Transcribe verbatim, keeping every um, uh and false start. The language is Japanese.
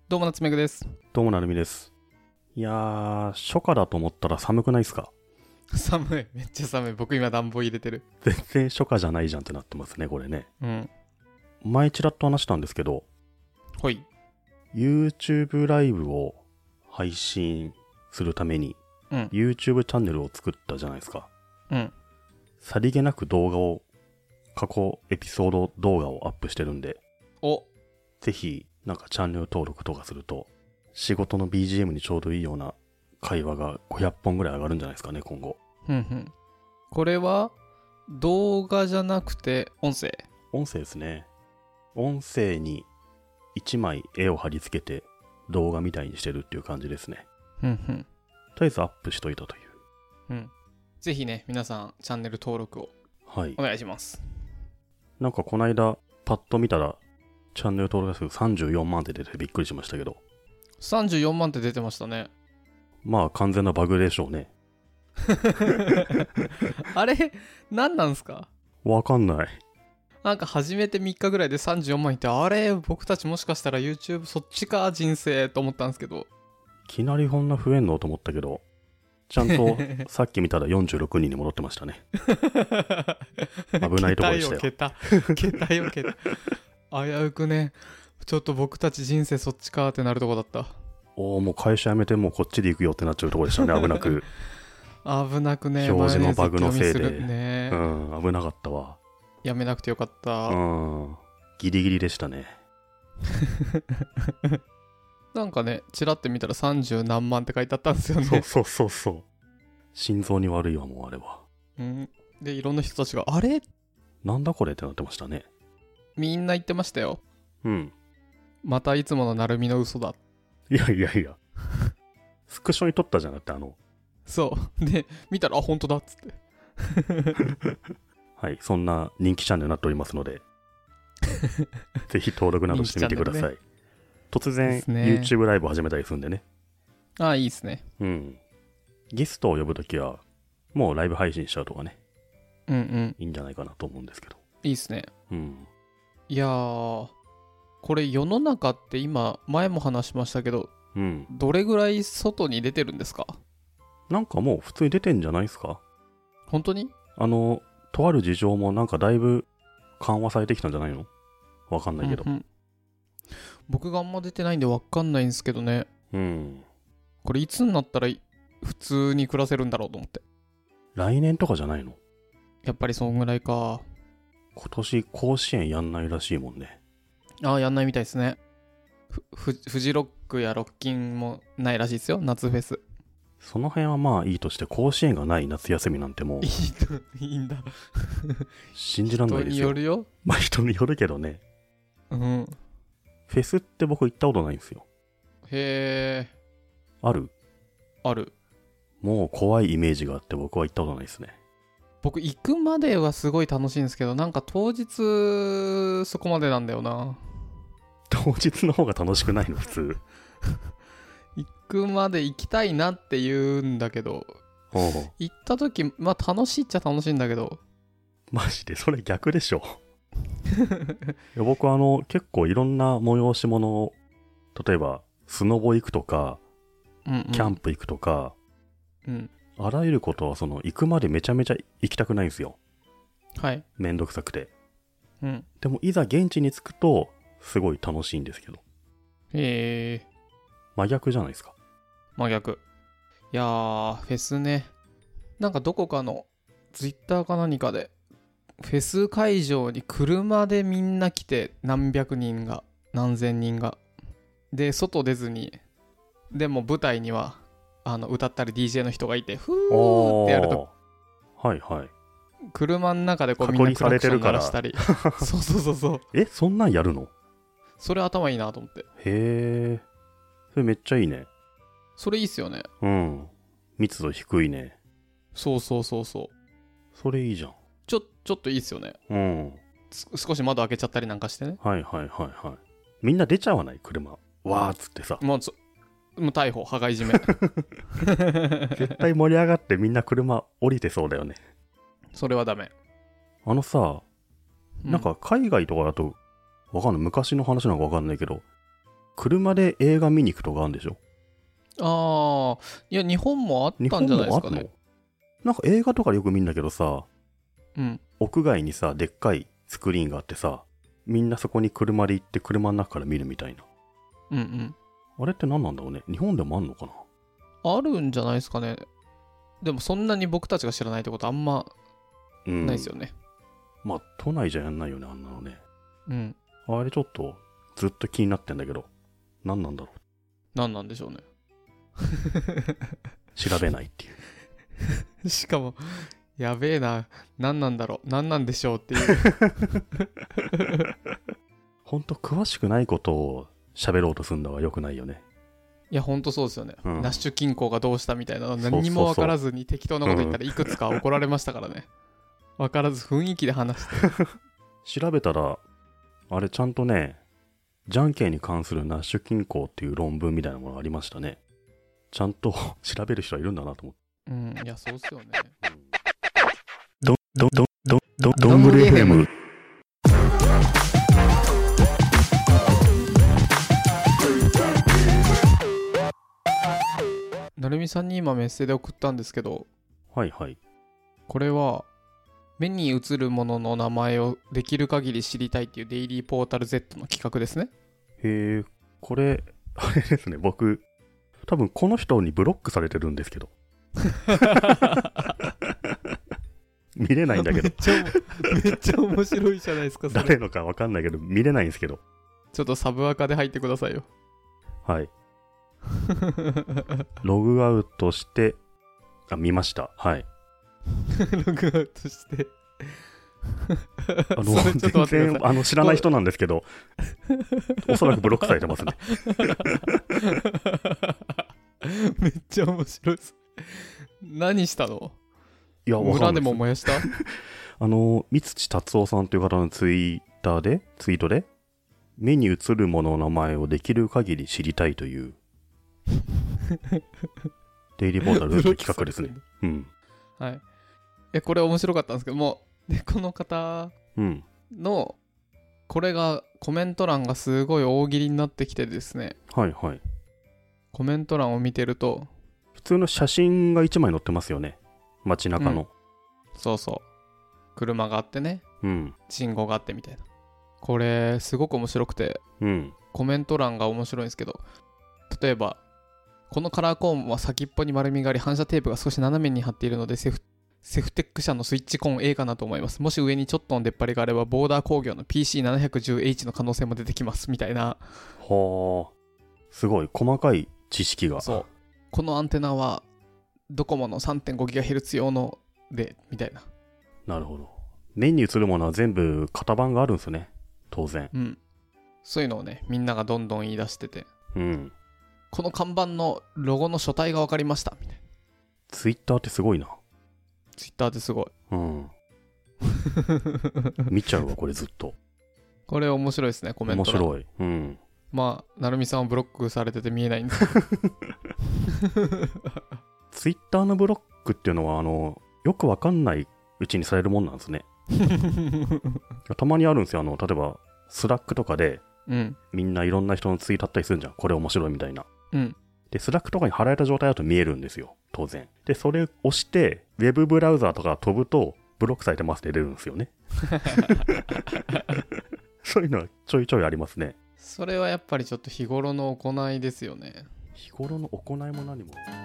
どうも夏目ぐです。 どうもなるみです。いやー、初夏だと思ったら寒くないっすか？ 寒い、めっちゃ寒い。僕今暖房入れてる。 全然初夏じゃないじゃんってなってますね、これね。 うん。 前ちらっと話したんですけど、 ほい。 YouTube ライブを配信するために、 うん。 YouTube チャンネルを作ったじゃないですか。 うん。 さりげなく動画を、過去エピソード動画をアップしてるんで、 お、 ぜひ、なんかチャンネル登録とかすると、仕事の ビージーエム にちょうどいいような会話がごひゃっぽんぐらい上がるんじゃないですかね、今後。 ふんふん。これは動画じゃなくて音声？ 音声ですね。音声にいちまい絵を貼り付けて動画みたいにしてるっていう感じですね。 ふんふん。 とりあえずアップしといたという。 うん。ぜひね、皆さんチャンネル登録をはい。 お願いします。 なんかこの間パッと見たらチャンネル登録者数さんじゅうよんまんって出てびっくりしましたけど。 さんじゅうよんまんって出てましたね。 まあ完全なバグでしょうね。 あれ何なんすか？ わかんない。 なんか始めてみっかぐらいでさんじゅうよんまんいって、あれ僕たちもしかしたら YouTube そっちか人生と思ったんですけど。 いきなりこんな増えんのと思ったけど、ちゃんとさっき見たらよんじゅうろくにんに戻ってましたね。危ないところでしたよ。 桁よ、桁、桁よ、桁。危うくね、ちょっと僕たち人生そっちかってなるとこだった。 おー、もう会社辞めてもうこっちで行くよってなっちゃうところでしたね、危なく。 危なくね、 表示のバグのせいで、 ね、 うん、危なかったわ。 やめなくてよかった。 うん、ギリギリでしたね。 なんかね、チラって見たらさんじゅうなんまんって書いてあったんですよね。 そうそうそうそう。心臓に悪いわ、もうあれは。 うん、で、いろんな人たちが、あれなんだこれってなってましたね。 みんな言ってましたよ。 うん。 またいつものなるみの嘘だ。 いやいやいや。スクショに撮ったじゃなくて、あの。 そう。で、見たら、あ、本当だっつって。 はい、そんな人気チャンネルになっておりますので、ぜひ登録などしてみてください。ね、突然、ね、YouTube ライブ始めたりするんでね。 ああ、いいっすね。 うん。ゲストを呼ぶときは、もうライブ配信しちゃうとかね。 うんうん。 いいんじゃないかなと思うんですけど。 いいっすね。 うん。 いやー、これ世の中って今、前も話しましたけど、 うん。 どれぐらい外に出てるんですか？ なんかもう普通に出てんじゃないですか？ 本当に？ あの、とある事情もなんかだいぶ緩和されてきたんじゃないの？わかんないけど、 うんうん。僕があんま出てないんでわかんないんですけどね。 うん。 これいつになったら普通に暮らせるんだろうと思って。 来年とかじゃないの？ やっぱりそんぐらいか。 今年甲子園やんないらしいもんね。 ああ、やんないみたいですね。ふ、ふ、フジロックやロッキンもないらしいですよ、夏フェス。 その辺はまあいいとして、甲子園がない夏休みなんてもういいと、いいんだ。 信じらんないですよ。 人によるよ。 まあ人によるけどね。 うん。 フェスって僕行ったことないんですよ。 へえ。 ある？ ある。 もう怖いイメージがあって僕は行ったことないですね。 僕行くまではすごい楽しいんですけど、なんか当日そこまでなんだよな。 当日の方が楽しくないの普通？ 行くまで行きたいなって言うんだけど、 おう行った時、まあ楽しいっちゃ楽しいんだけど。 マジでそれ逆でしょ。いや僕はあの結構いろんな催し物を、例えばスノボ行くとか、 うんうん、 キャンプ行くとか、 うん、 あらゆることはその行くまでめちゃめちゃ行きたくないんですよ。 はい。 めんどくさくて。 うん。 でもいざ現地に着くとすごい楽しいんですけど。 へえ。 真逆じゃないですか。 真逆。いやー、フェスね。なんかどこかのツイッターか何かで、フェス会場に車でみんな来て、何百人が、何千人が。で、外出ずに、でも舞台には、あの歌ったり ディージェー の人がいて、ふーってやると、 はいはい。 車の中でこうみんなクラクション鳴らしたり。そうそうそうそう。 え、そんなんやるの？ それ頭いいなと思って。 へえ。それめっちゃいいね。 それいいっすよね。 うん。密度低いね。 そうそうそうそう。 それいいじゃん。 ちょ、ちょっといいっすよね。 うん。 少し窓開けちゃったりなんかしてね。 はいはいはいはい。みんな出ちゃわない？車。わーっつってさ。 もうそ、もう逮捕、羽交い締め。絶対盛り上がってみんな車降りてそうだよね。 それはダメ。 あのさ、なんか海外とかだと、わかんない。昔の話なんかわかんないけど、 車で映画見に行くとかあるんでしょ。 ああ、いや日本もあったんじゃないですかね。 なんか映画とかでよく見んだけどさ、 うん、 屋外にさでっかいスクリーンがあってさ、みんなそこに車で行って車の中から見るみたいな。 うんうん。 あれって何なんだろうね。日本でもあんのかな。 あるんじゃないですかね。でもそんなに僕たちが知らないってことあんまないですよね。 うん、まあ都内じゃやんないよね、あんなのね。 うん。 あれちょっとずっと気になってんだけど、何なんだろう。 何なんでしょうね。 調べないっていう。 しかもやべえな、何なんだろう、何なんでしょうっていう。 ほんと詳しくないことを喋ろうとするのは良くないよね。 いやほんとそうですよね、うん、ナッシュ均衡がどうしたみたいなの何にも分からずに適当なこと言ったらいくつか怒られましたからね。分からず雰囲気で話して調べたらあれちゃんとね、じゃんけんに関するナッシュ均衡っていう論文みたいなものがありましたね。ちゃんと調べる人はいるんだなと思って。 うん、いやそうっすよね。 どどどどどどんぐり エフエム。 なるみさんに今メッセージで送ったんですけど、 はいはい。 これは目に映るものの名前をできる限り知りたいっていうデイリーポータル Z の企画ですね。 へえ、これあれですね、僕多分この人にブロックされてるんですけど。見れないんだけど。 めっちゃめっちゃ面白いじゃないですか。それ誰のか分かんないけど見れないんですけど。 ちょっとサブアカで入ってくださいよ。 はい。ログアウトしてあ見ました。はい。 ログアウトしてあの全然あの知らない人なんですけど、おそらくブロックされてますね。 めっちゃ面白いです。何したの？ いや、 村でも燃やした？ あの三土達夫さんという方のツイッターでツイートで目に映るものの名前をできる限り知りたいというデイリーポータルの企画ですね。うん。 はい。えこれ面白かったんですけども、でこの方の、うん、これがコメント欄がすごい大喜利になってきてですね。 はいはい。 コメント欄を見てると普通の写真がいちまい載ってますよね。街中の、うん、 そうそう車があってね、 うん、 信号があってみたいな。これすごく面白くて、 うん、 コメント欄が面白いんですけど、例えばこのカラーコーンは先っぽに丸みがあり反射テープが少し斜めに貼っているのでセフセフテック社のスイッチコーン A かなと思います。もし上にちょっとの出っ張りがあればボーダー工業の ピーシーななひゃくじゅうエイチ の可能性も出てきますみたいな。 はあ、すごい細かい知識が。 そう、このアンテナはドコモの さんてんごギガヘルツ 用のでみたいな。 なるほど。目に映るものは全部型番があるんですね、当然。 うん。そういうのをねみんながどんどん言い出してて、 うん。 この看板のロゴの書体が分かりましたみたいな。 ツイッターってすごいな。 ツイッターってすごい。 うん。見ちゃうわこれずっと。 これ面白いですね、コメント欄。 面白い。うん。 まあなるみさんはブロックされてて見えないんですけど。 ツイッターのブロックっていうのはあのよくわかんないうちにされるもんなんですね。たまにあるんですよ。あの例えばスラックとかで、うん、みんないろんな人のツイートあったりするんじゃん。これ面白いみたいな。 うん、 でスラックとかに貼られた状態だと見えるんですよ、当然。でそれを押してウェブブラウザーとか飛ぶとブロックされてますって出るんですよね。そういうのはちょいちょいありますね。 それはやっぱりちょっと日頃の行いですよね。 日頃の行いも何も